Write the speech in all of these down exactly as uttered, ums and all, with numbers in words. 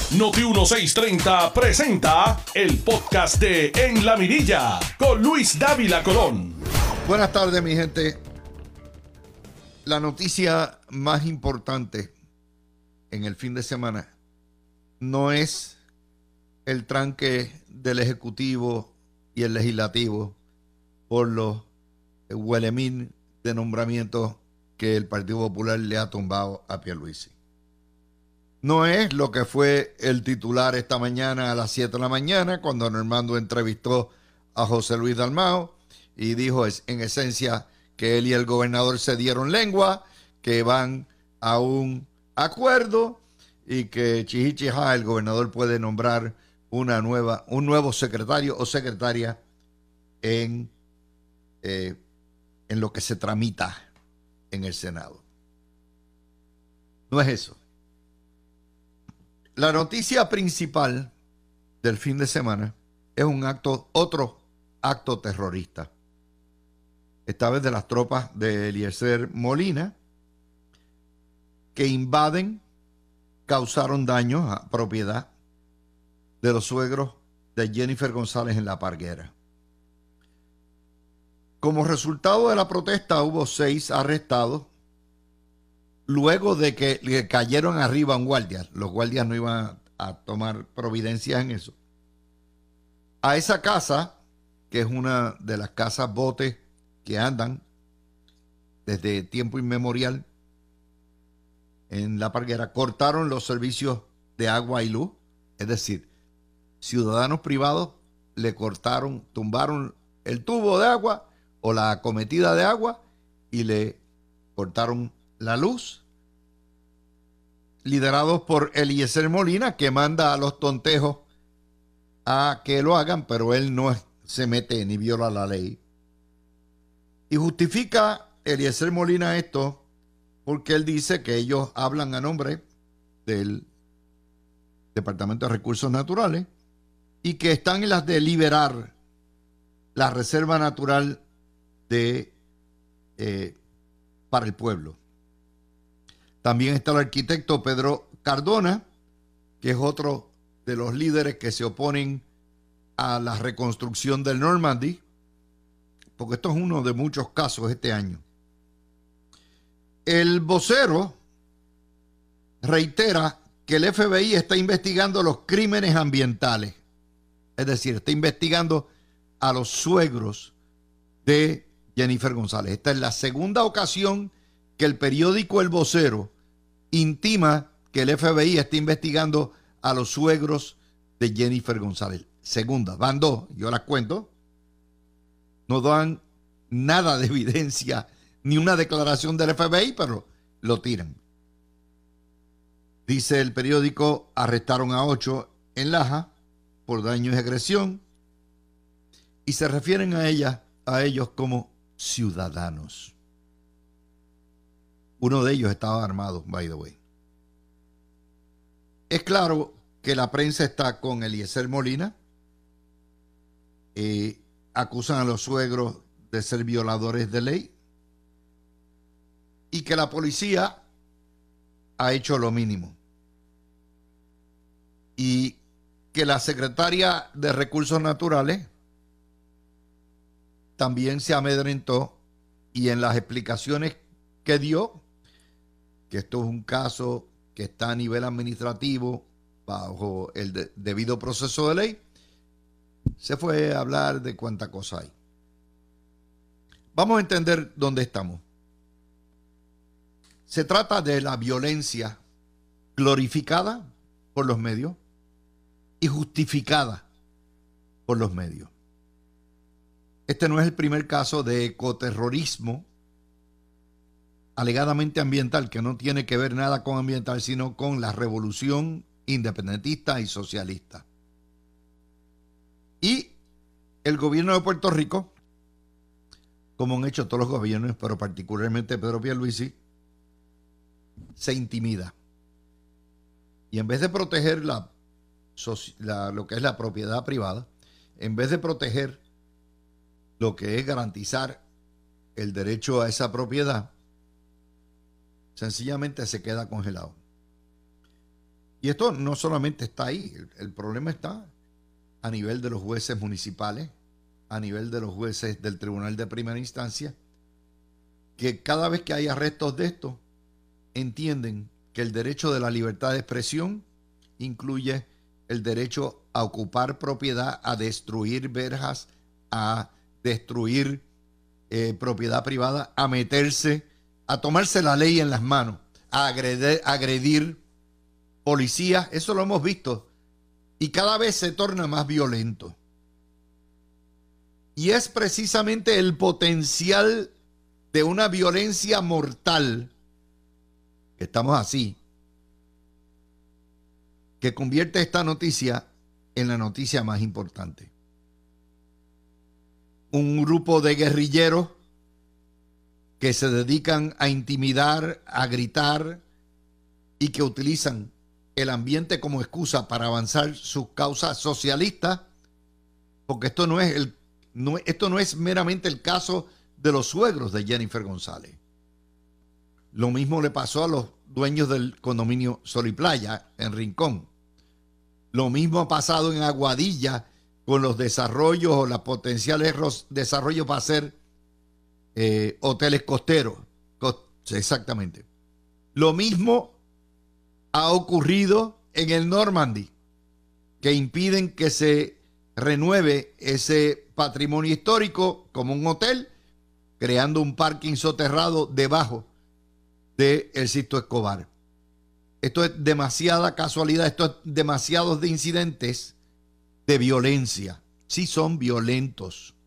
Noti dieciséis treinta presenta el podcast de En la Mirilla con Luis Dávila Colón. Buenas tardes, mi gente. La noticia más importante en el fin de semana no es el tranque del Ejecutivo y el Legislativo por los huelemín de nombramientos que el Partido Popular le ha tumbado a Pierluisi. No es lo que fue el titular esta mañana a las siete de la mañana cuando Normando entrevistó a José Luis Dalmau y dijo en esencia que él y el gobernador se dieron lengua, que van a un acuerdo y que chihichijá, el gobernador puede nombrar una nueva, un nuevo secretario o secretaria en, eh, en lo que se tramita en el Senado. No es eso. La noticia principal del fin de semana es un acto, otro acto terrorista. Esta vez de las tropas de Eliezer Molina, que invaden, causaron daños a propiedad de los suegros de Jennifer González en La Parguera. Como resultado de la protesta hubo seis arrestados, luego de que le cayeron arriba un guardia. Los guardias no iban a, a tomar providencias en eso. A esa casa, que es una de las casas botes que andan desde tiempo inmemorial en La Parguera, cortaron los servicios de agua y luz. Es decir, ciudadanos privados le cortaron, tumbaron el tubo de agua o la acometida de agua y le cortaron la luz, liderados por Eliezer Molina, que manda a los tontejos a que lo hagan, pero él no se mete ni viola la ley. Y justifica Eliezer Molina esto porque él dice que ellos hablan a nombre del Departamento de Recursos Naturales y que están en las de liberar la reserva natural de eh, para el pueblo. También está el arquitecto Pedro Cardona, que es otro de los líderes que se oponen a la reconstrucción del Normandy, porque esto es uno de muchos casos este año. El vocero reitera que el F B I está investigando los crímenes ambientales, es decir, está investigando a los suegros de Jennifer González. Esta es la segunda ocasión que el periódico El Vocero intima que el F B I está investigando a los suegros de Jennifer González. Segunda, van dos, yo las cuento. No dan nada de evidencia, ni una declaración del F B I, pero lo tiran. Dice el periódico, arrestaron a ocho en Laja por daño y agresión y se refieren a ella, a ellos como ciudadanos. Uno de ellos estaba armado, by the way. Es claro que la prensa está con Eliezer Molina. Eh, acusan a los suegros de ser violadores de ley. Y que la policía ha hecho lo mínimo. Y que la secretaria de Recursos Naturales también se amedrentó y en las explicaciones que dio, que esto es un caso que está a nivel administrativo bajo el de, debido proceso de ley, se fue a hablar de cuánta cosa hay. Vamos a entender dónde estamos. Se trata de la violencia glorificada por los medios y justificada por los medios. Este no es el primer caso de ecoterrorismo alegadamente ambiental, que no tiene que ver nada con ambiental, sino con la revolución independentista y socialista. Y el gobierno de Puerto Rico, como han hecho todos los gobiernos, pero particularmente Pedro Pierluisi, se intimida. Y en vez de proteger la, la, lo que es la propiedad privada, en vez de proteger lo que es garantizar el derecho a esa propiedad, sencillamente se queda congelado. Y esto no solamente está ahí, el, el problema está a nivel de los jueces municipales, a nivel de los jueces del Tribunal de Primera Instancia, que cada vez que hay arrestos de esto, entienden que el derecho de la libertad de expresión incluye el derecho a ocupar propiedad, a destruir verjas, a destruir eh, propiedad privada, a meterse, a tomarse la ley en las manos, a agredir, agredir policías. Eso lo hemos visto y cada vez se torna más violento. Y es precisamente el potencial de una violencia mortal, que estamos así, que convierte esta noticia en la noticia más importante. Un grupo de guerrilleros que se dedican a intimidar, a gritar y que utilizan el ambiente como excusa para avanzar sus causas socialistas, porque esto no es el, no, esto no es meramente el caso de los suegros de Jennifer González. Lo mismo le pasó a los dueños del condominio Sol y Playa en Rincón. Lo mismo ha pasado en Aguadilla con los desarrollos o los potenciales desarrollos para hacer eh, hoteles costeros. Exactamente. Lo mismo ha ocurrido en el Normandy, que impiden que se renueve ese patrimonio histórico como un hotel, creando un parking soterrado debajo del Sisto Escobar. Esto es demasiada casualidad, esto es demasiados de incidentes de violencia. Sí son violentos.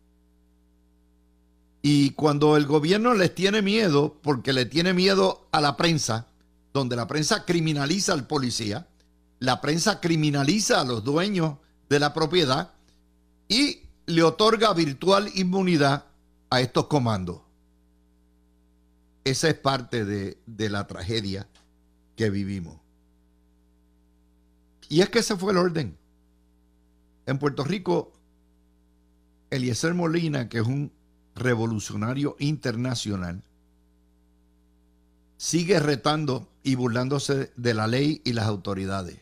Y cuando el gobierno les tiene miedo, porque le tiene miedo a la prensa, donde la prensa criminaliza al policía, la prensa criminaliza a los dueños de la propiedad y le otorga virtual inmunidad a estos comandos. Esa es parte de, de la tragedia que vivimos. Y es que ese fue el orden. En Puerto Rico, Eliezer Molina, que es un revolucionario internacional, sigue retando y burlándose de la ley y las autoridades.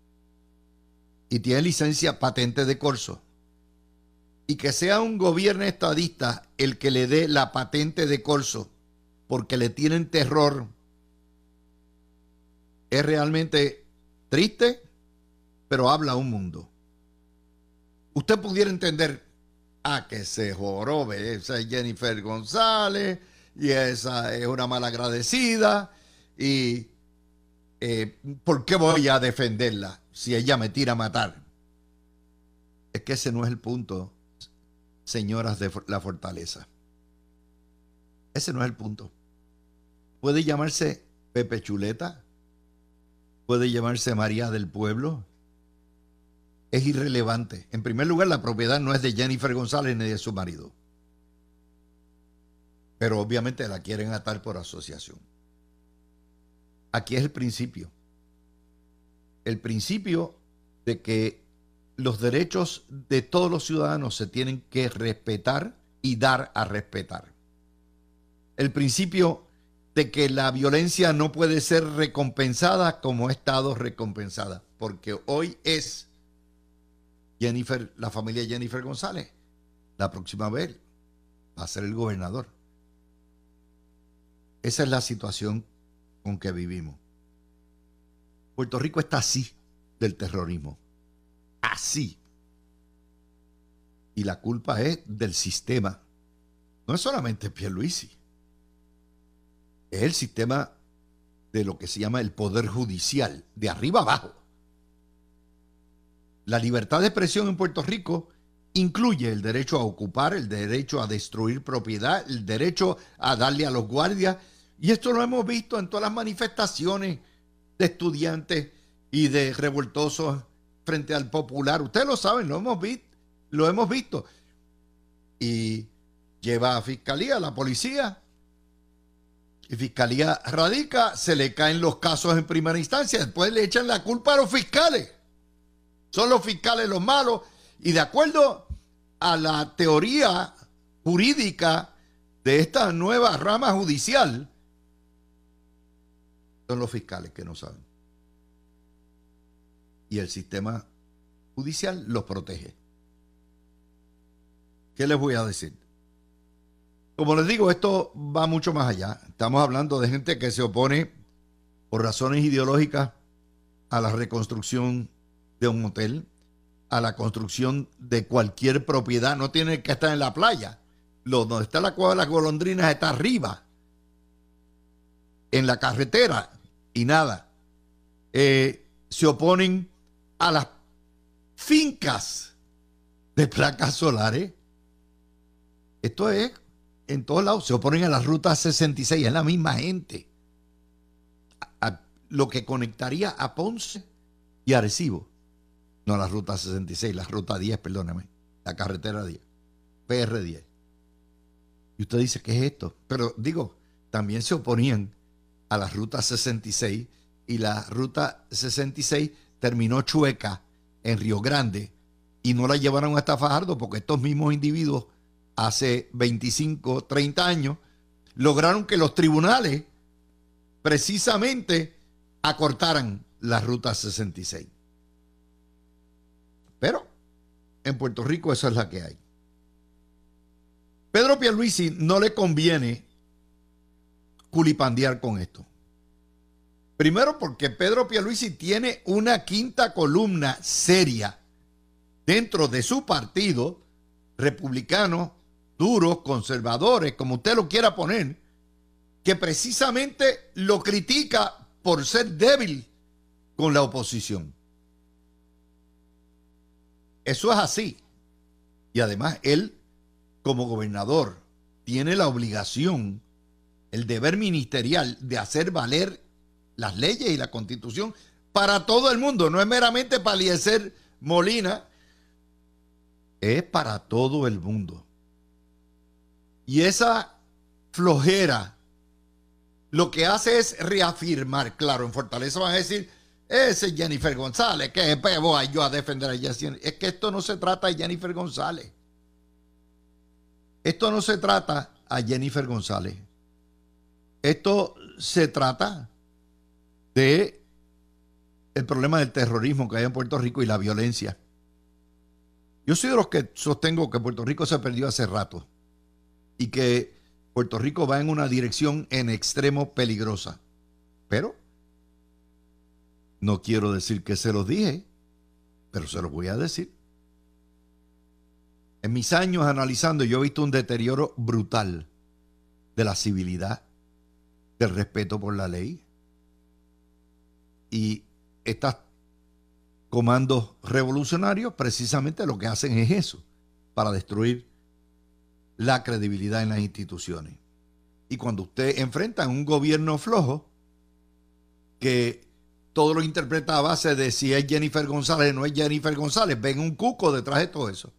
Y tiene licencia patente de corso. Y que sea un gobierno estadista el que le dé la patente de corso porque le tienen terror, es realmente triste, pero habla un mundo. Usted pudiera entender, ah, que se jorobe, esa es Jennifer González, y esa es una malagradecida, y eh, ¿por qué voy a defenderla si ella me tira a matar? Es que ese no es el punto, señoras de la Fortaleza. Ese no es el punto. Puede llamarse Pepe Chuleta, puede llamarse María del Pueblo. Es irrelevante. En primer lugar, la propiedad no es de Jennifer González ni de su marido. Pero obviamente la quieren atar por asociación. Aquí es el principio. El principio de que los derechos de todos los ciudadanos se tienen que respetar y dar a respetar. El principio de que la violencia no puede ser recompensada como ha estado recompensada. Porque hoy es Jennifer, la familia Jennifer González. La próxima vez va a ser el gobernador. Esa es la situación con que vivimos. Puerto Rico está así del terrorismo. Así. Y la culpa es del sistema. No es solamente Pierluisi. Es el sistema de lo que se llama el poder judicial, de arriba abajo. La libertad de expresión en Puerto Rico incluye el derecho a ocupar, el derecho a destruir propiedad, el derecho a darle a los guardias. Y esto lo hemos visto en todas las manifestaciones de estudiantes y de revoltosos frente al popular. Ustedes lo saben, lo hemos visto. Lo hemos visto. Y lleva a fiscalía, a la policía. Y fiscalía radica, se le caen los casos en primera instancia. Después le echan la culpa a los fiscales. Son los fiscales los malos. Y de acuerdo a la teoría jurídica de esta nueva rama judicial, son los fiscales que no saben. y el sistema judicial los protege. ¿Qué les voy a decir? Como les digo, esto va mucho más allá. Estamos hablando de gente que se opone por razones ideológicas a la reconstrucción de un hotel, a la construcción de cualquier propiedad. No tiene que estar en la playa. Lo, donde está la cueva de las golondrinas está arriba, en la carretera, y nada. Eh, se oponen a las fincas de placas solares. Esto es en todos lados. Se oponen a la ruta sesenta y seis, es la misma gente. A, a, lo que conectaría a Ponce y Arecibo. No la ruta sesenta y seis, la ruta diez, perdóname. La carretera diez, P R diez. Y usted dice, ¿qué es esto? Pero digo, también se oponían a la ruta sesenta y seis, y la ruta sesenta y seis terminó chueca en Río Grande y no la llevaron hasta Fajardo porque estos mismos individuos hace veinticinco, treinta años lograron que los tribunales precisamente acortaran la ruta sesenta y seis. Pero en Puerto Rico eso es la que hay. Pedro Pierluisi no le conviene culipandear con esto. Primero porque Pedro Pierluisi tiene una quinta columna seria dentro de su partido, republicanos, duros, conservadores, como usted lo quiera poner, que precisamente lo critica por ser débil con la oposición. Eso es así. Y además él, como gobernador, tiene la obligación, el deber ministerial de hacer valer las leyes y la Constitución para todo el mundo. No es meramente para Eliezer Molina, es para todo el mundo. Y esa flojera lo que hace es reafirmar. Claro, en Fortaleza van a decir, ese es Jennifer González, que voy yo a defender a Jennifer. Es que esto no se trata de Jennifer González. Esto no se trata a Jennifer González. Esto se trata de el problema del terrorismo que hay en Puerto Rico y la violencia. Yo soy de los que sostengo que Puerto Rico se perdió hace rato y que Puerto Rico va en una dirección en extremo peligrosa. Pero no quiero decir que se los dije, pero se los voy a decir. En mis años analizando, yo he visto un deterioro brutal de la civilidad, del respeto por la ley. Y estos comandos revolucionarios precisamente lo que hacen es eso, para destruir la credibilidad en las instituciones. Y cuando usted enfrenta a un gobierno flojo que todo lo interpreta a base de si es Jennifer González o no es Jennifer González, ven un cuco detrás de todo eso.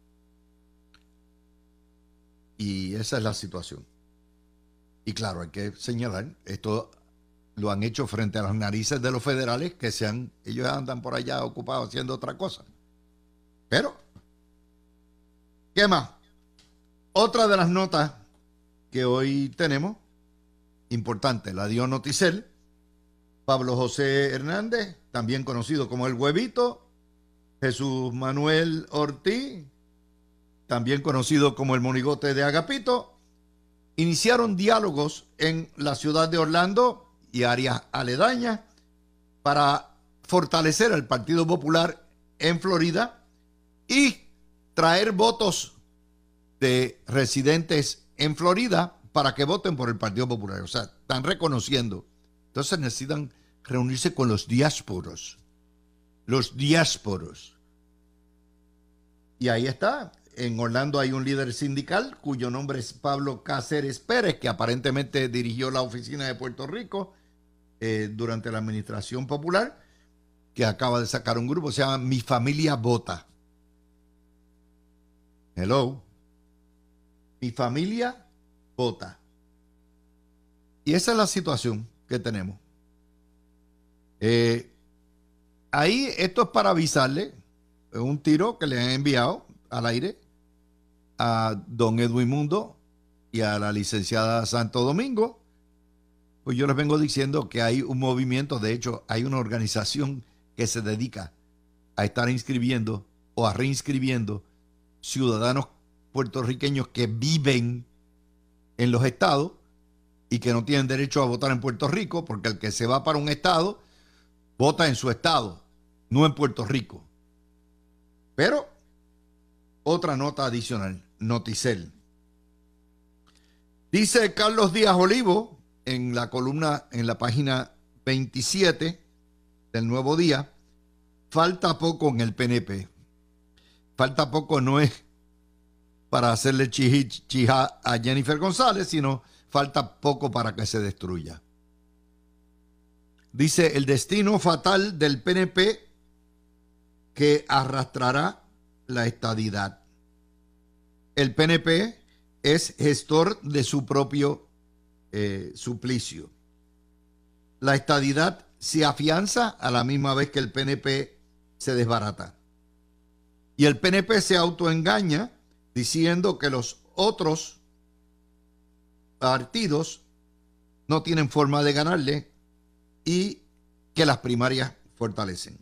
Y esa es la situación. Y claro, hay que señalar, esto lo han hecho frente a las narices de los federales, que sean, ellos andan por allá ocupados haciendo otra cosa. Pero, ¿qué más? Otra de las notas que hoy tenemos, importante, la dio Noticel. Pablo José Hernández, también conocido como El Huevito, Jesús Manuel Ortiz, también conocido como el Monigote de Agapito, iniciaron diálogos en la ciudad de Orlando y áreas aledañas para fortalecer al Partido Popular en Florida y traer votos de residentes en Florida para que voten por el Partido Popular. O sea, están reconociendo. Entonces necesitan reunirse con los diásporos. Los diásporos. Y ahí está. En Orlando hay un líder sindical cuyo nombre es Pablo Cáceres Pérez, que aparentemente dirigió la oficina de Puerto Rico eh, durante la administración popular, que acaba de sacar un grupo, se llama Mi Familia Vota. Hello. Mi Familia Vota. Y esa es la situación que tenemos. Eh, ahí esto es para avisarle, un tiro que le han enviado al aire a don Edwin Mundo y a la licenciada Santo Domingo. Pues yo les vengo diciendo que hay un movimiento, de hecho hay una organización que se dedica a estar inscribiendo o a reinscribiendo ciudadanos puertorriqueños que viven en los estados y que no tienen derecho a votar en Puerto Rico, porque el que se va para un estado vota en su estado, no en Puerto Rico. Pero otra nota adicional, Noticel. Dice Carlos Díaz Olivo en la columna, en la página veintisiete del Nuevo Día, falta poco en el P N P. Falta poco no es para hacerle chija a Jennifer González, sino falta poco para que se destruya. Dice, el destino fatal del P N P que arrastrará la estadidad. El P N P es gestor de su propio eh, suplicio. La estadidad se afianza a la misma vez que el P N P se desbarata. Y el P N P se autoengaña diciendo que los otros partidos no tienen forma de ganarle y que las primarias fortalecen.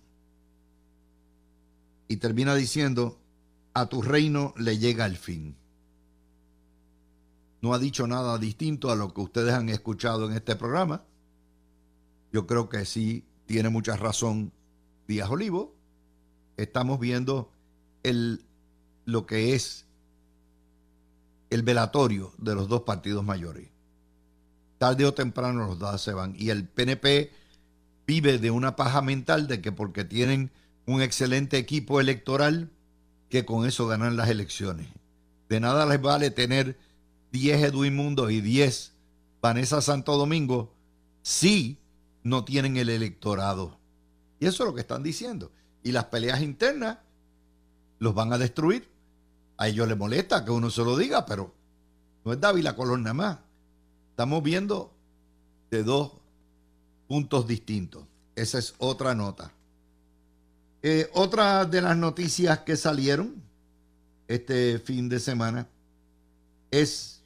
Y termina diciendo, a tu reino le llega el fin. No ha dicho nada distinto a lo que ustedes han escuchado en este programa. Yo creo que sí tiene mucha razón Díaz Olivo. Estamos viendo el, lo que es el velatorio de los dos partidos mayores. Tarde o temprano los dos se van. Y el P N P vive de una paja mental de que porque tienen un excelente equipo electoral, que con eso ganan las elecciones. De nada les vale tener diez Edwin Mundo y diez Vanessa Santo Domingo si no tienen el electorado. Y eso es lo que están diciendo. Y las peleas internas los van a destruir. A ellos les molesta que uno se lo diga, pero no es Dávila Colón nada más. Estamos viendo de dos puntos distintos. Esa es otra nota. Eh, otra de las noticias que salieron este fin de semana es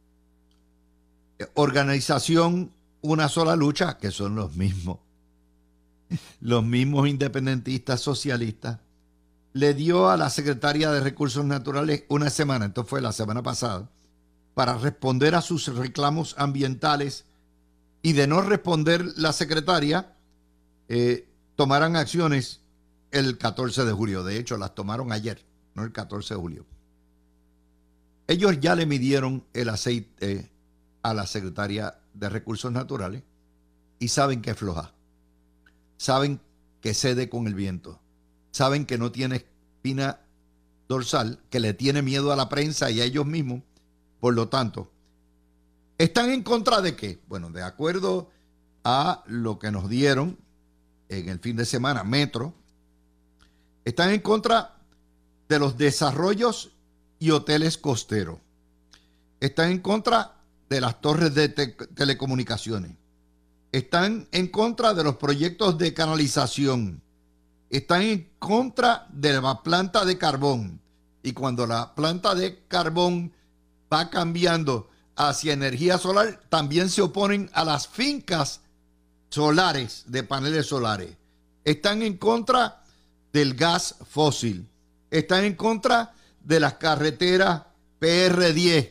organización Una Sola Lucha, que son los mismos, los mismos independentistas socialistas, le dio a la secretaria de Recursos Naturales una semana, esto fue la semana pasada, para responder a sus reclamos ambientales, y de no responder la secretaria, eh, tomarán acciones el catorce de julio. De hecho, las tomaron ayer, no el catorce de julio. Ellos ya le midieron el aceite a la secretaria de Recursos Naturales y saben que es floja. Saben que cede con el viento. Saben que no tiene espina dorsal, que le tiene miedo a la prensa y a ellos mismos. Por lo tanto, ¿están en contra de qué? Bueno, de acuerdo a lo que nos dieron en el fin de semana, Metro, están en contra de los desarrollos y hoteles costeros. Están en contra de las torres de te- telecomunicaciones. Están en contra de los proyectos de canalización. Están en contra de la planta de carbón. Y cuando la planta de carbón va cambiando hacia energía solar, también se oponen a las fincas solares de paneles solares. Están en contra del gas fósil. Están en contra de las carreteras P R diez.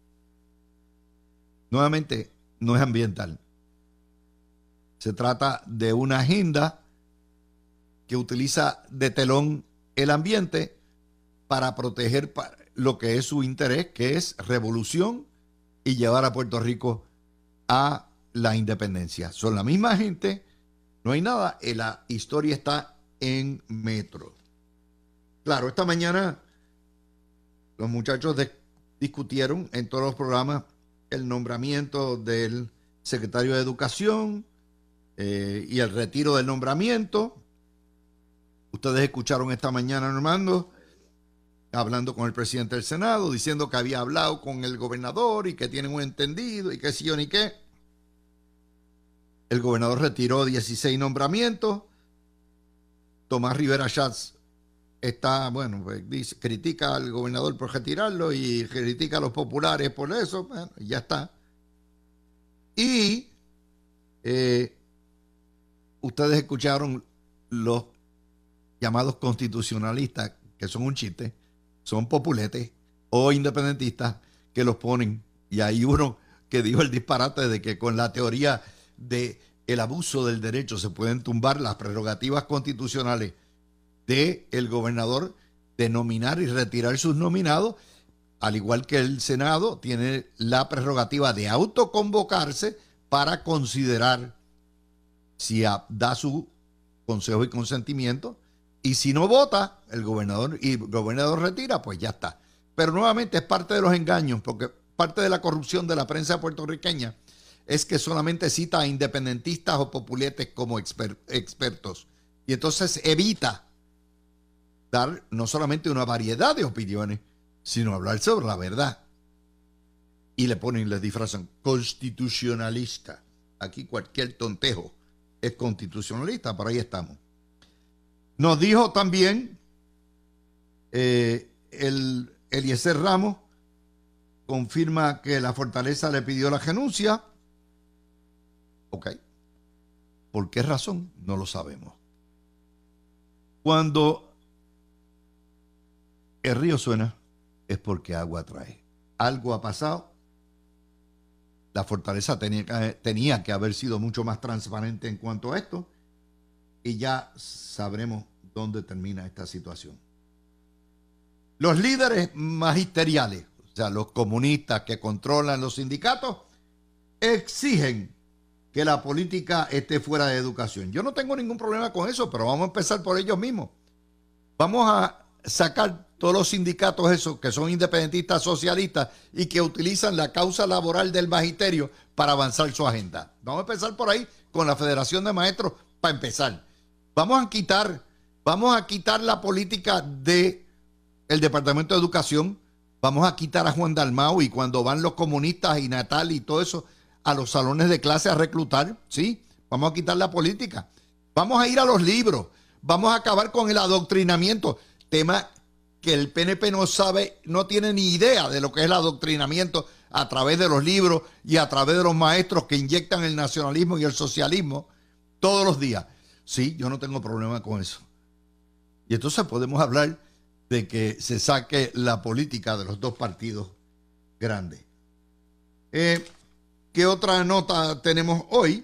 Nuevamente, no es ambiental. Se trata de una agenda que utiliza de telón el ambiente para proteger lo que es su interés, que es revolución y llevar a Puerto Rico a la independencia. Son la misma gente, no hay nada, la historia está en Metro. Claro, esta mañana los muchachos de, discutieron en todos los programas el nombramiento del secretario de Educación eh, y el retiro del nombramiento. Ustedes escucharon esta mañana a Normando hablando con el presidente del Senado, diciendo que había hablado con el gobernador y que tienen un entendido y que sí o ni qué. El gobernador retiró dieciséis nombramientos. Tomás Rivera Schatz está, bueno, pues dice, critica al gobernador por retirarlo y critica a los populares por eso. Bueno, ya está. Y eh, ustedes escucharon los llamados constitucionalistas, que son un chiste, son populetes o independentistas que los ponen. Y hay uno que dijo el disparate de que con la teoría de el abuso del derecho se pueden tumbar las prerrogativas constitucionales del gobernador de nominar y retirar sus nominados, al igual que el Senado tiene la prerrogativa de autoconvocarse para considerar si da su consejo y consentimiento, y si no vota el gobernador y el gobernador retira, pues ya está. Pero nuevamente es parte de los engaños, porque parte de la corrupción de la prensa puertorriqueña es que solamente cita a independentistas o populetes como exper- expertos, y entonces evita dar no solamente una variedad de opiniones, sino hablar sobre la verdad. Y le ponen, le disfrazan constitucionalista. Aquí cualquier tontejo es constitucionalista, por ahí estamos. Nos dijo también eh, el Eliezer Ramos, confirma que la Fortaleza le pidió la renuncia. Ok. ¿Por qué razón? No lo sabemos. Cuando el río suena, es porque agua trae. Algo ha pasado. La Fortaleza tenía que, tenía que haber sido mucho más transparente en cuanto a esto, y ya sabremos dónde termina esta situación. Los líderes magisteriales, o sea, los comunistas que controlan los sindicatos, exigen que la política esté fuera de educación. Yo no tengo ningún problema con eso, pero vamos a empezar por ellos mismos. Vamos a sacar todos los sindicatos esos que son independentistas socialistas y que utilizan la causa laboral del magisterio para avanzar su agenda. Vamos a empezar por ahí con la Federación de Maestros para empezar. Vamos a quitar, vamos a quitar la política del Departamento de Educación. Vamos a quitar a Juan Dalmau, y cuando van los comunistas y Natal y todo eso a los salones de clase a reclutar, ¿sí? Vamos a quitar la política. Vamos a ir a los libros. Vamos a acabar con el adoctrinamiento. Tema que el P N P no sabe, no tiene ni idea de lo que es el adoctrinamiento a través de los libros y a través de los maestros que inyectan el nacionalismo y el socialismo todos los días. Sí, yo no tengo problema con eso. Y entonces podemos hablar de que se saque la política de los dos partidos grandes. Eh, ¿Qué otra nota tenemos hoy?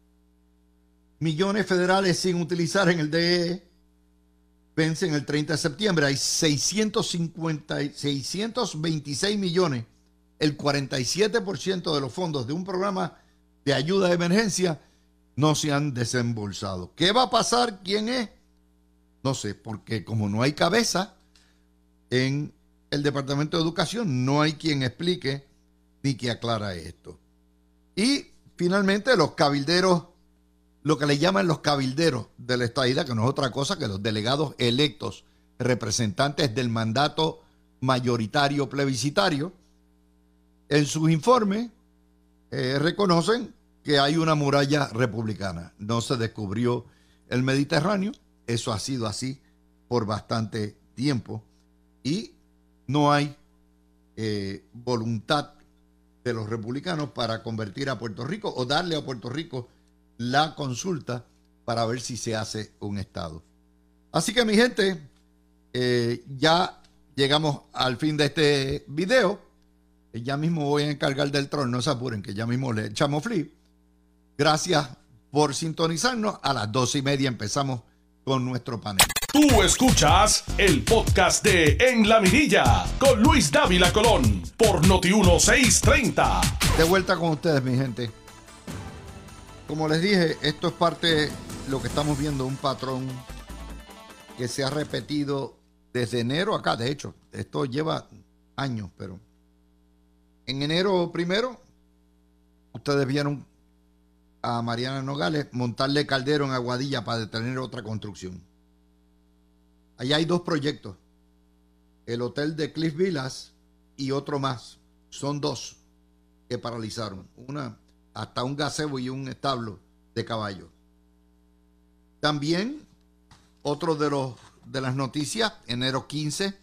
Millones federales sin utilizar en el D E vencen el treinta de septiembre. Hay seiscientos cincuenta, seiscientos veintiséis millones, el cuarenta y siete por ciento de los fondos de un programa de ayuda de emergencia no se han desembolsado. ¿Qué va a pasar? ¿Quién es? No sé, porque como no hay cabeza en el Departamento de Educación, no hay quien explique ni que aclara esto. Y finalmente los cabilderos, lo que le llaman los cabilderos de la estadidad, que no es otra cosa que los delegados electos, representantes del mandato mayoritario plebiscitario, en sus informes eh, reconocen que hay una muralla republicana. No se descubrió el Mediterráneo, eso ha sido así por bastante tiempo, y no hay eh, voluntad de los republicanos para convertir a Puerto Rico o darle a Puerto Rico la consulta para ver si se hace un estado. Así que mi gente, eh, ya llegamos al fin de este video. Ya mismo voy a encargar del trono, no se apuren, que ya mismo le echamos flip. Gracias por sintonizarnos. A las doce y media empezamos con nuestro panel. Tú escuchas el podcast de En la Mirilla con Luis Dávila Colón por Noti uno seiscientos treinta. De vuelta con ustedes, mi gente. Como les dije, esto es parte de lo que estamos viendo, un patrón que se ha repetido desde enero acá. De hecho, esto lleva años, pero en enero primero, ustedes vieron a Mariana Nogales montarle caldero en Aguadilla para detener otra construcción. Allá hay dos proyectos, el hotel de Cliff Villas y otro más. Son dos que paralizaron. Una, hasta un gazebo y un establo de caballos. También, otro de los de las noticias, enero quince,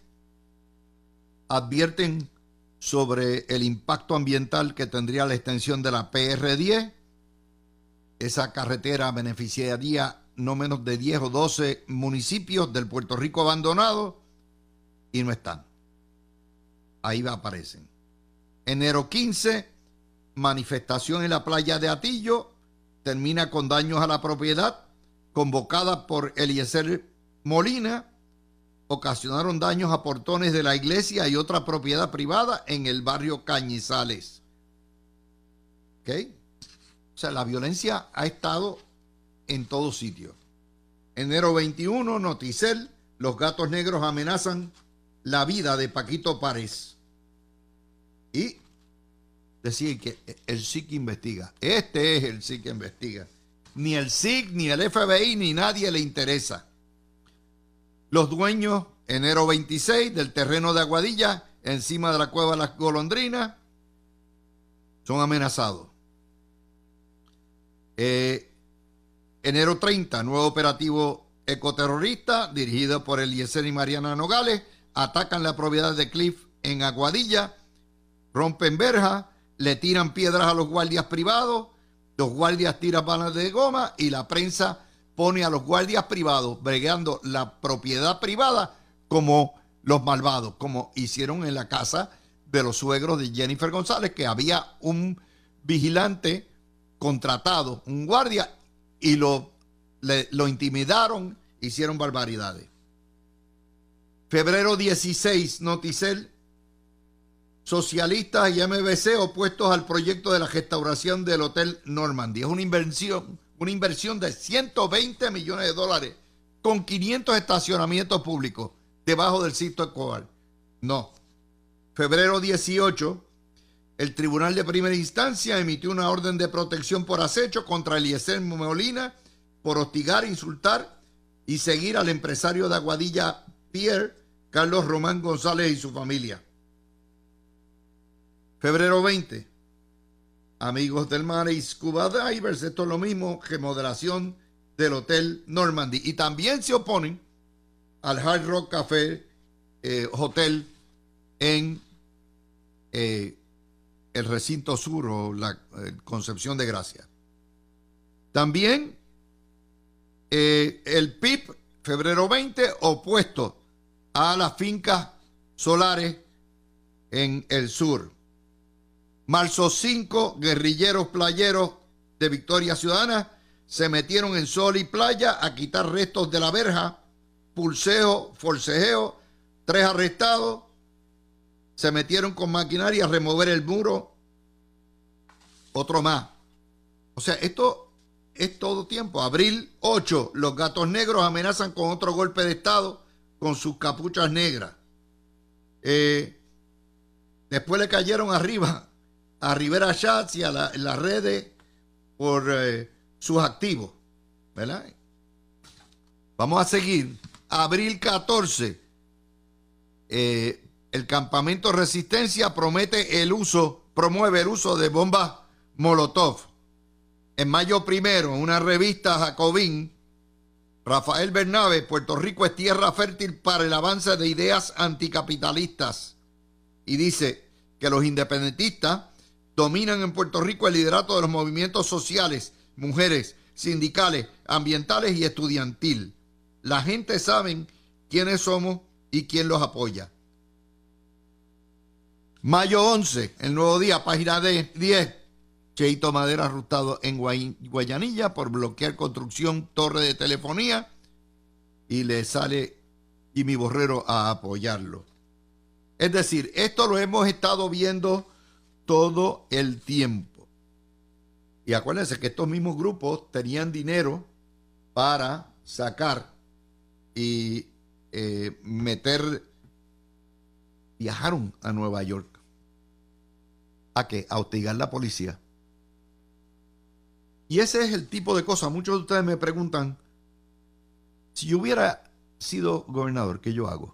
advierten sobre el impacto ambiental que tendría la extensión de la P R diez. Esa carretera beneficiaría no menos de diez o doce municipios del Puerto Rico abandonados y no están. Ahí aparecen. Enero quince, manifestación en la playa de Atillo, termina con daños a la propiedad, convocada por Eliezer Molina. Ocasionaron daños a portones de la iglesia y otra propiedad privada en el barrio Cañizales. ¿Ok? O sea, la violencia ha estado en todo sitio. Enero veintiuno, Noticel, los gatos negros amenazan la vida de Paquito Párez. Y decir que el S I C investiga. Este es el S I C que investiga. Ni el S I C, ni el F B I, ni nadie le interesa. Los dueños, enero veintiséis, del terreno de Aguadilla, encima de la cueva de las Golondrinas, son amenazados. Eh, enero treinta, nuevo operativo ecoterrorista, dirigido por Eliezer y Mariana Nogales, atacan la propiedad de Cliff en Aguadilla, rompen verjas, le tiran piedras a los guardias privados, los guardias tiran balas de goma y la prensa pone a los guardias privados bregando la propiedad privada como los malvados, como hicieron en la casa de los suegros de Jennifer González, que había un vigilante contratado, un guardia, y lo, le, lo intimidaron, hicieron barbaridades. Febrero dieciséis, Noticel, socialistas y M B C opuestos al proyecto de la restauración del Hotel Normandy. Es una inversión Una inversión de ciento veinte millones de dólares con quinientos estacionamientos públicos debajo del Sisto Escobar. No. Febrero dieciocho, el Tribunal de Primera Instancia emitió una orden de protección por acecho contra Eliezer Molina por hostigar, insultar y seguir al empresario de Aguadilla Pier, Carlos Román González y su familia. Febrero veinte, Amigos del Mar y Scuba Divers, esto es lo mismo, remodelación del Hotel Normandy. Y también se oponen al Hard Rock Café eh, Hotel en eh, el recinto sur o la eh, Concepción de Gracia. También eh, el P I B, febrero veinte, opuesto a las fincas solares en el sur. Marzo cinco, guerrilleros playeros de Victoria Ciudadana se metieron en sol y playa a quitar restos de la verja, pulseo, forcejeo, tres arrestados, se metieron con maquinaria a remover el muro, otro más. O sea, esto es todo tiempo. Abril ocho, los gatos negros amenazan con otro golpe de Estado con sus capuchas negras. Eh, después le cayeron arriba a Rivera Schatz y a la, las redes por eh, sus activos, ¿verdad? Vamos a seguir. Abril catorce, eh, el Campamento Resistencia promete el uso, promueve el uso de bombas Molotov. En mayo primero, en una revista Jacobín, Rafael Bernabe, Puerto Rico es tierra fértil para el avance de ideas anticapitalistas. Y dice que los independentistas dominan en Puerto Rico el liderato de los movimientos sociales, mujeres, sindicales, ambientales y estudiantil. La gente sabe quiénes somos y quién los apoya. Mayo once, el Nuevo Día, página diez. Cheito Madera arrestado en Guayanilla por bloquear construcción torre de telefonía y le sale Jimmy Borrero a apoyarlo. Es decir, esto lo hemos estado viendo todo el tiempo. Y acuérdense que estos mismos grupos tenían dinero para sacar y eh, meter, viajaron a Nueva York. ¿A qué? A hostigar la policía. Y ese es el tipo de cosas. Muchos de ustedes me preguntan, si yo hubiera sido gobernador, ¿qué yo hago?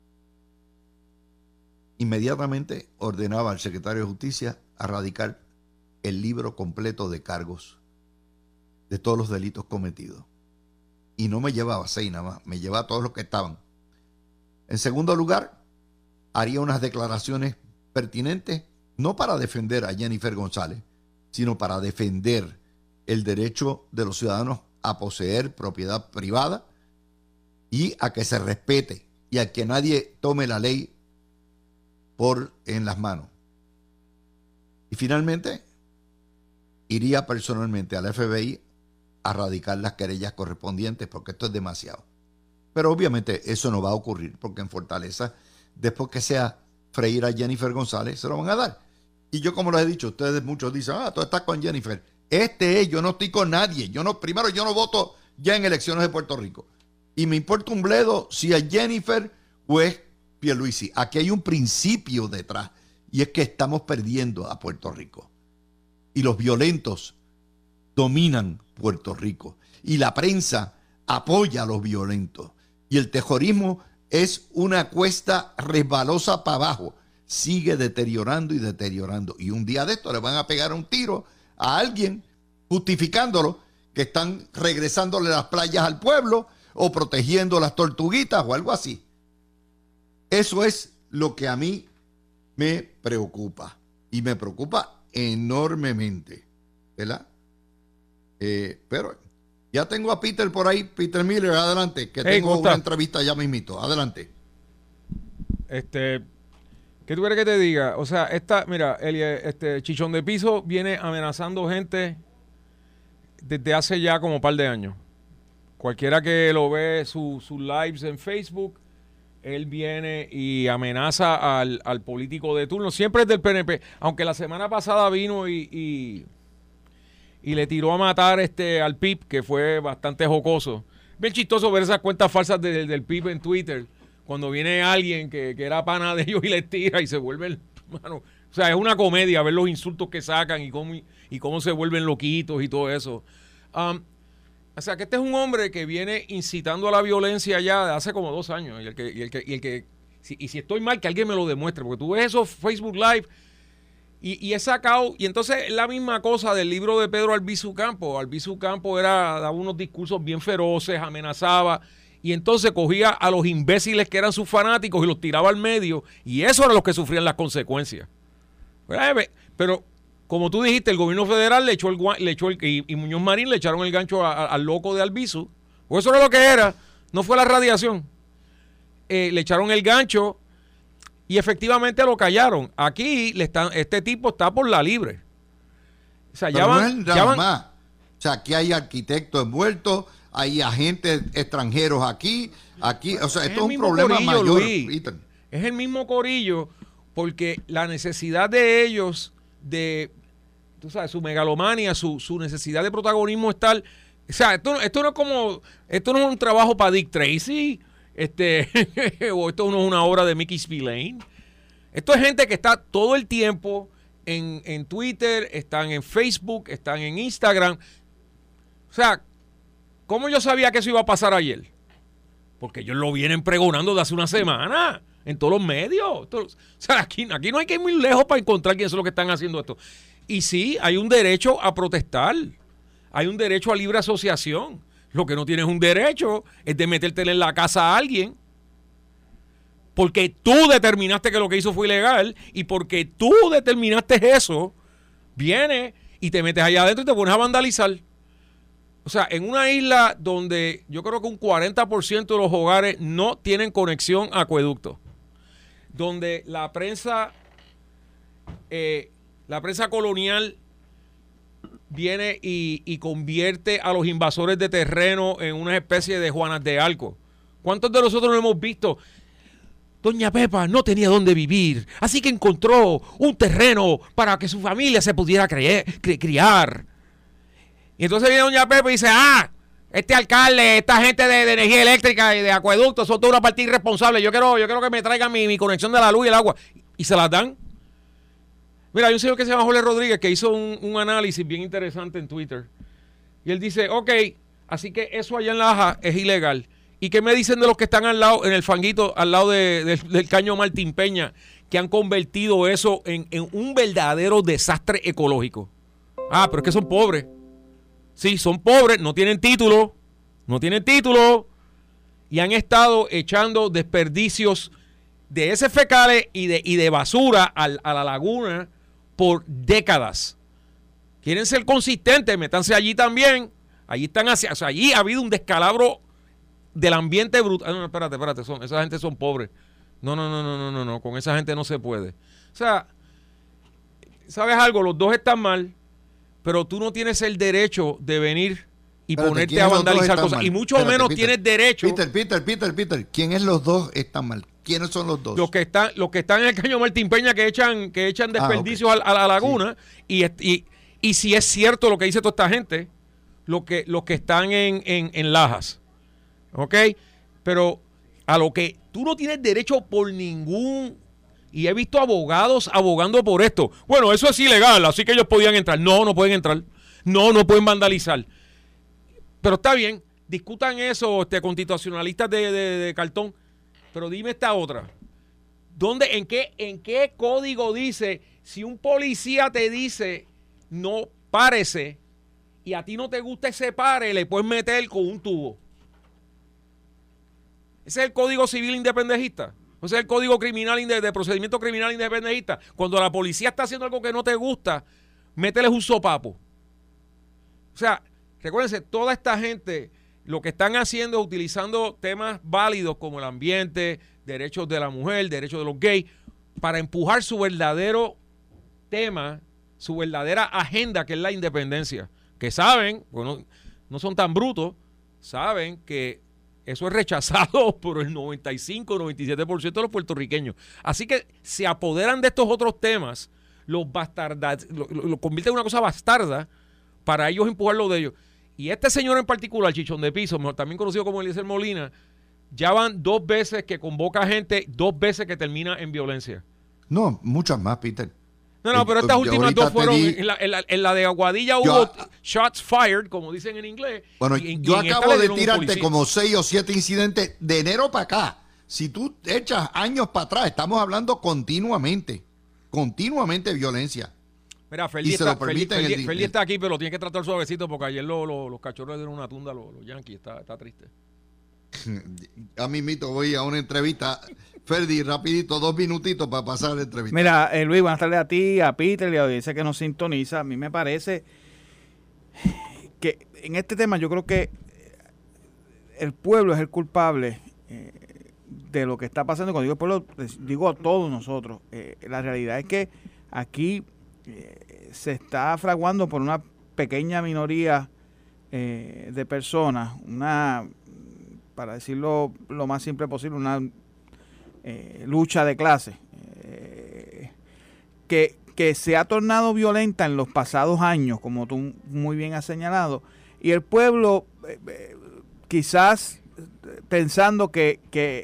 Inmediatamente ordenaba al secretario de Justicia a radicar el libro completo de cargos de todos los delitos cometidos. Y no me llevaba seis nada más, me llevaba a todos los que estaban. En segundo lugar, haría unas declaraciones pertinentes, no para defender a Jennifer González, sino para defender el derecho de los ciudadanos a poseer propiedad privada y a que se respete y a que nadie tome la ley por en las manos. Y finalmente, iría personalmente al F B I a radicar las querellas correspondientes porque esto es demasiado. Pero obviamente eso no va a ocurrir porque en Fortaleza, después que sea freír a Jennifer González, se lo van a dar. Y yo, como les he dicho, ustedes muchos dicen, ah, tú estás con Jennifer. Este es, yo no estoy con nadie. Yo no, primero, yo no voto ya en elecciones de Puerto Rico. Y me importa un bledo si es Jennifer o es Pierluisi. Aquí hay un principio detrás y es que estamos perdiendo a Puerto Rico. Y los violentos dominan Puerto Rico. Y la prensa apoya a los violentos. Y el terrorismo es una cuesta resbalosa para abajo. Sigue deteriorando y deteriorando. Y un día de esto le van a pegar un tiro a alguien justificándolo, que están regresándole las playas al pueblo o protegiendo las tortuguitas o algo así. Eso es lo que a mí me preocupa. Y me preocupa enormemente, ¿verdad? Eh, pero ya tengo a Peter por ahí. Peter Miller, adelante, que hey, tengo una entrevista ya mismito. Adelante. Este, ¿qué tú quieres que te diga? O sea, esta, mira, el, este Chichón de Piso viene amenazando gente desde hace ya como un par de años. Cualquiera que lo ve sus su lives en Facebook, él viene y amenaza al, al político de turno. Siempre es del P N P. Aunque la semana pasada vino y, y, y le tiró a matar este al P I B, que fue bastante jocoso. Bien chistoso ver esas cuentas falsas de, del P I B en Twitter. Cuando viene alguien que, que era pana de ellos y les tira y se vuelve... Mano, o sea, es una comedia ver los insultos que sacan y cómo, y cómo se vuelven loquitos y todo eso. Um, o sea, que este es un hombre que viene incitando a la violencia ya de hace como dos años. Y el que, y el que, y el que si, y si estoy mal, que alguien me lo demuestre. Porque tú ves esos Facebook Live y, y he sacado... Y entonces la misma cosa del libro de Pedro Albizu Campos. Albizu Campos era, daba unos discursos bien feroces, amenazaba... Y entonces cogía a los imbéciles que eran sus fanáticos y los tiraba al medio. Y eso era los que sufrían las consecuencias. Pero, como tú dijiste, el gobierno federal le echó el, le echó el y, y Muñoz Marín le echaron el gancho a, a, al loco de Albizu. Pues eso era lo que era. No fue la radiación. Eh, le echaron el gancho y efectivamente lo callaron. Aquí le están, este tipo está por la libre. O sea, ya van, no ya van, más. O sea, aquí hay arquitectos envueltos. Hay agentes extranjeros aquí, aquí, o sea, esto es un problema corillo, mayor. Luis, es el mismo corillo, porque la necesidad de ellos, de, tú sabes, su megalomania, su, su necesidad de protagonismo es tal. O sea, esto, esto no es como, esto no es un trabajo para Dick Tracy, este, o esto no es una obra de Mickey Spillane. Esto es gente que está todo el tiempo en, en Twitter, están en Facebook, están en Instagram. O sea, ¿cómo yo sabía que eso iba a pasar ayer? Porque ellos lo vienen pregonando de hace una semana en todos los medios. O sea, aquí, aquí no hay que ir muy lejos para encontrar quiénes son los que están haciendo esto. Y sí, hay un derecho a protestar. Hay un derecho a libre asociación. Lo que no tienes un derecho es de meterte en la casa a alguien. Porque tú determinaste que lo que hizo fue ilegal. Y porque tú determinaste eso, vienes y te metes allá adentro y te pones a vandalizar. O sea, en una isla donde yo creo que un cuarenta por ciento de los hogares no tienen conexión a acueducto, donde la prensa, eh, la prensa colonial viene y, y convierte a los invasores de terreno en una especie de Juanas de Arco. ¿Cuántos de nosotros no hemos visto? Doña Pepa no tenía dónde vivir, así que encontró un terreno para que su familia se pudiera creer, cri- criar. Y entonces viene doña Pepa y dice, ah, este alcalde, esta gente de, de energía eléctrica y de acueductos son toda una parte irresponsable. Yo quiero, yo quiero que me traigan mi, mi conexión de la luz y el agua. Y se las dan. Mira, hay un señor que se llama Jorge Rodríguez que hizo un, un análisis bien interesante en Twitter. Y él dice, ok, así que eso allá en Laja es ilegal. ¿Y qué me dicen de los que están al lado, en el fanguito, al lado de, de, del caño Martín Peña, que han convertido eso en, en un verdadero desastre ecológico? Ah, pero es que son pobres. Sí, son pobres, no tienen título, no tienen título y han estado echando desperdicios de heces fecales y de, y de basura al, a la laguna por décadas. Quieren ser consistentes, métanse allí también Allí están hacia, o sea, allí ha habido un descalabro del ambiente brutal. Ah, no, espérate, espérate, son, esa gente son pobres. No, no, no, no, no, no, no, con esa gente no se puede. O sea, ¿sabes algo? Los dos están mal, pero tú no tienes el derecho de venir y espérate, ponerte a vandalizar cosas. Mal? Y mucho espérate, menos Peter, tienes derecho. Peter, Peter, Peter, Peter, ¿quién es los dos están mal? ¿Quiénes son los dos? Los que están, los que están en el caño Martín Peña que echan, que echan desperdicios ah, okay. a, a la laguna. Sí. Y, y, y si es cierto lo que dice toda esta gente, lo que, los que están en, en, en Lajas. ¿Ok? Pero a lo que tú no tienes derecho por ningún... Y he visto abogados abogando por esto. Bueno, eso es ilegal, así que ellos podían entrar. No, no pueden entrar. No, no pueden vandalizar. Pero está bien, discutan eso, este, constitucionalistas de, de, de cartón. Pero dime esta otra. ¿Dónde, en qué, en qué código dice si un policía te dice no párese y a ti no te gusta ese pare, le puedes meter con un tubo? Ese es el Código Civil Independentista. Ese es el Código Criminal de, de Procedimiento Criminal Independentista. Cuando la policía está haciendo algo que no te gusta, mételes un sopapo. O sea, recuérdense, toda esta gente lo que están haciendo es utilizando temas válidos como el ambiente, derechos de la mujer, derechos de los gays, para empujar su verdadero tema, su verdadera agenda, que es la independencia. Que saben, bueno, no son tan brutos, saben que eso es rechazado por el noventa y cinco, noventa y siete por ciento de los puertorriqueños. Así que se apoderan de estos otros temas, los bastardas, lo, lo, lo convierten en una cosa bastarda para ellos empujar lo de ellos. Y este señor en particular, Chichón de Piso, también conocido como Eliezer Molina, ya van dos veces que convoca gente, dos veces que termina en violencia. No, muchas más, Peter. No, no, pero estas últimas dos fueron, di... en, la, en, la, en la de Aguadilla hubo yo, shots fired, como dicen en inglés. Bueno, y, yo y acabo de tirarte como seis o siete incidentes de enero para acá. Si tú echas años para atrás, estamos hablando continuamente, continuamente violencia. Mira, Feli está, Feli, Feli, el... Feli está aquí, pero lo tiene que tratar suavecito porque ayer lo, lo, los cachorros le dieron una tunda a los, los Yankees. Está, está triste. A mí mito voy a una entrevista. Ferdi, rapidito, dos minutitos para pasar la entrevista. Mira, eh, Luis, buenas tardes a ti, a Peter y a la audiencia que nos sintoniza. A mí me parece que en este tema yo creo que el pueblo es el culpable eh, de lo que está pasando. Cuando digo el pueblo, digo a todos nosotros. Eh, la realidad es que aquí eh, se está fraguando por una pequeña minoría eh, de personas, una, para decirlo lo más simple posible, una eh, lucha de clase eh, que, que se ha tornado violenta en los pasados años, como tú muy bien has señalado, y el pueblo eh, eh, quizás pensando que, que,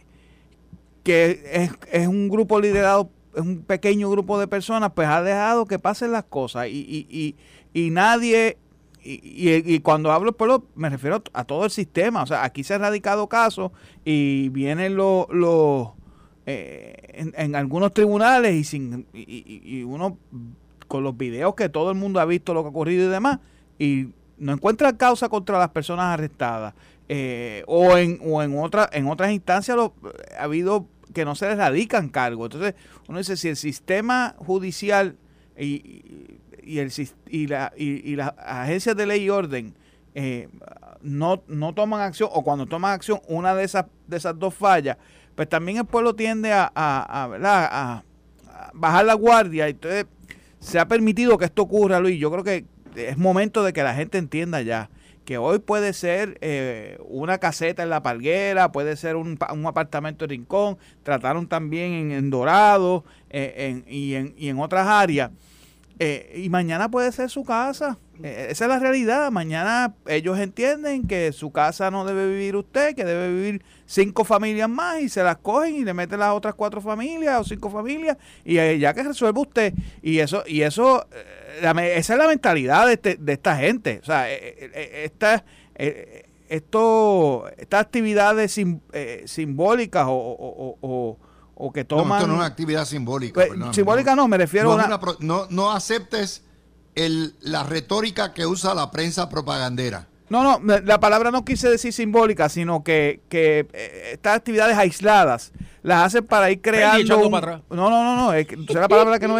que es, es un grupo liderado, es un pequeño grupo de personas, pues ha dejado que pasen las cosas y, y, y, y nadie, y, y, y cuando hablo del pueblo me refiero a todo el sistema. O sea, aquí se han radicado casos y vienen los los eh, en, en algunos tribunales y sin y, y uno con los videos que todo el mundo ha visto lo que ha ocurrido y demás, y no encuentran causa contra las personas arrestadas, eh, o en o en otra en otras instancias lo, ha habido que no se les radican cargos. Entonces uno dice, si el sistema judicial y, y, el, y, la, y, y las agencias de ley y orden eh, no, no toman acción, o cuando toman acción una de esas de esas dos fallas, pues también el pueblo tiende a, a, a, ¿verdad? a, a bajar la guardia. Entonces se ha permitido que esto ocurra, Luis. Yo creo que es momento de que la gente entienda ya que hoy puede ser eh, una caseta en La Palguera, puede ser un, un apartamento en Rincón, trataron también en, en Dorado eh, en, y, en, y en otras áreas, eh, y mañana puede ser su casa. Eh, esa es la realidad. Mañana ellos entienden que su casa no debe vivir usted, que debe vivir cinco familias más, y se las cogen y le meten las otras cuatro familias o cinco familias, y eh, ya que resuelve usted. Y eso, y eso eh, la, esa es la mentalidad de, este, de esta gente. O sea, eh, eh, esta, eh, esto, estas actividades sim, eh, simbólicas o, o, o, o o que toman... No, esto no es una actividad simbólica. Pues, perdón, simbólica no, no, me refiero no a una... una... No, no aceptes el, la retórica que usa la prensa propagandera. No, no, la palabra no quise decir simbólica, sino que, que eh, estas actividades aisladas las hacen para ir creando... Un... Para atrás. No, no, no, no, es que, la palabra que no era.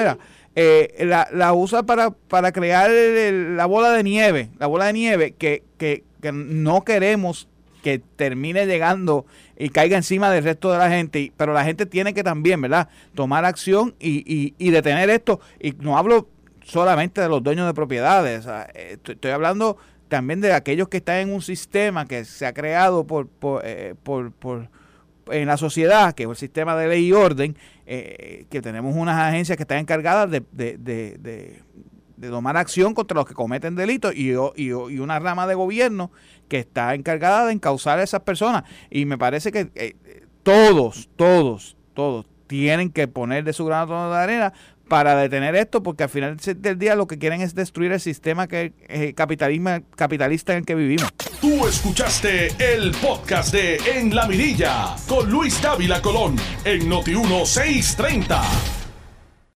eh, la, la usa para, para crear el, el, la bola de nieve, la bola de nieve que, que, que no queremos que termine llegando y caiga encima del resto de la gente, pero la gente tiene que también, ¿verdad?, tomar acción y, y, y detener esto. Y no hablo solamente de los dueños de propiedades, o sea, estoy, estoy hablando también de aquellos que están en un sistema que se ha creado por, por, eh, por, por en la sociedad, que es el sistema de ley y orden, eh, que tenemos unas agencias que están encargadas de, de, de, de, de tomar acción contra los que cometen delitos y, y, y una rama de gobierno que está encargada de encauzar a esas personas. Y me parece que eh, todos, todos, todos tienen que poner de su grano de arena para detener esto, porque al final del día lo que quieren es destruir el sistema que eh, capitalismo, capitalista en el que vivimos. Tú escuchaste el podcast de En la Mirilla con Luis Dávila Colón en Noti uno seiscientos treinta.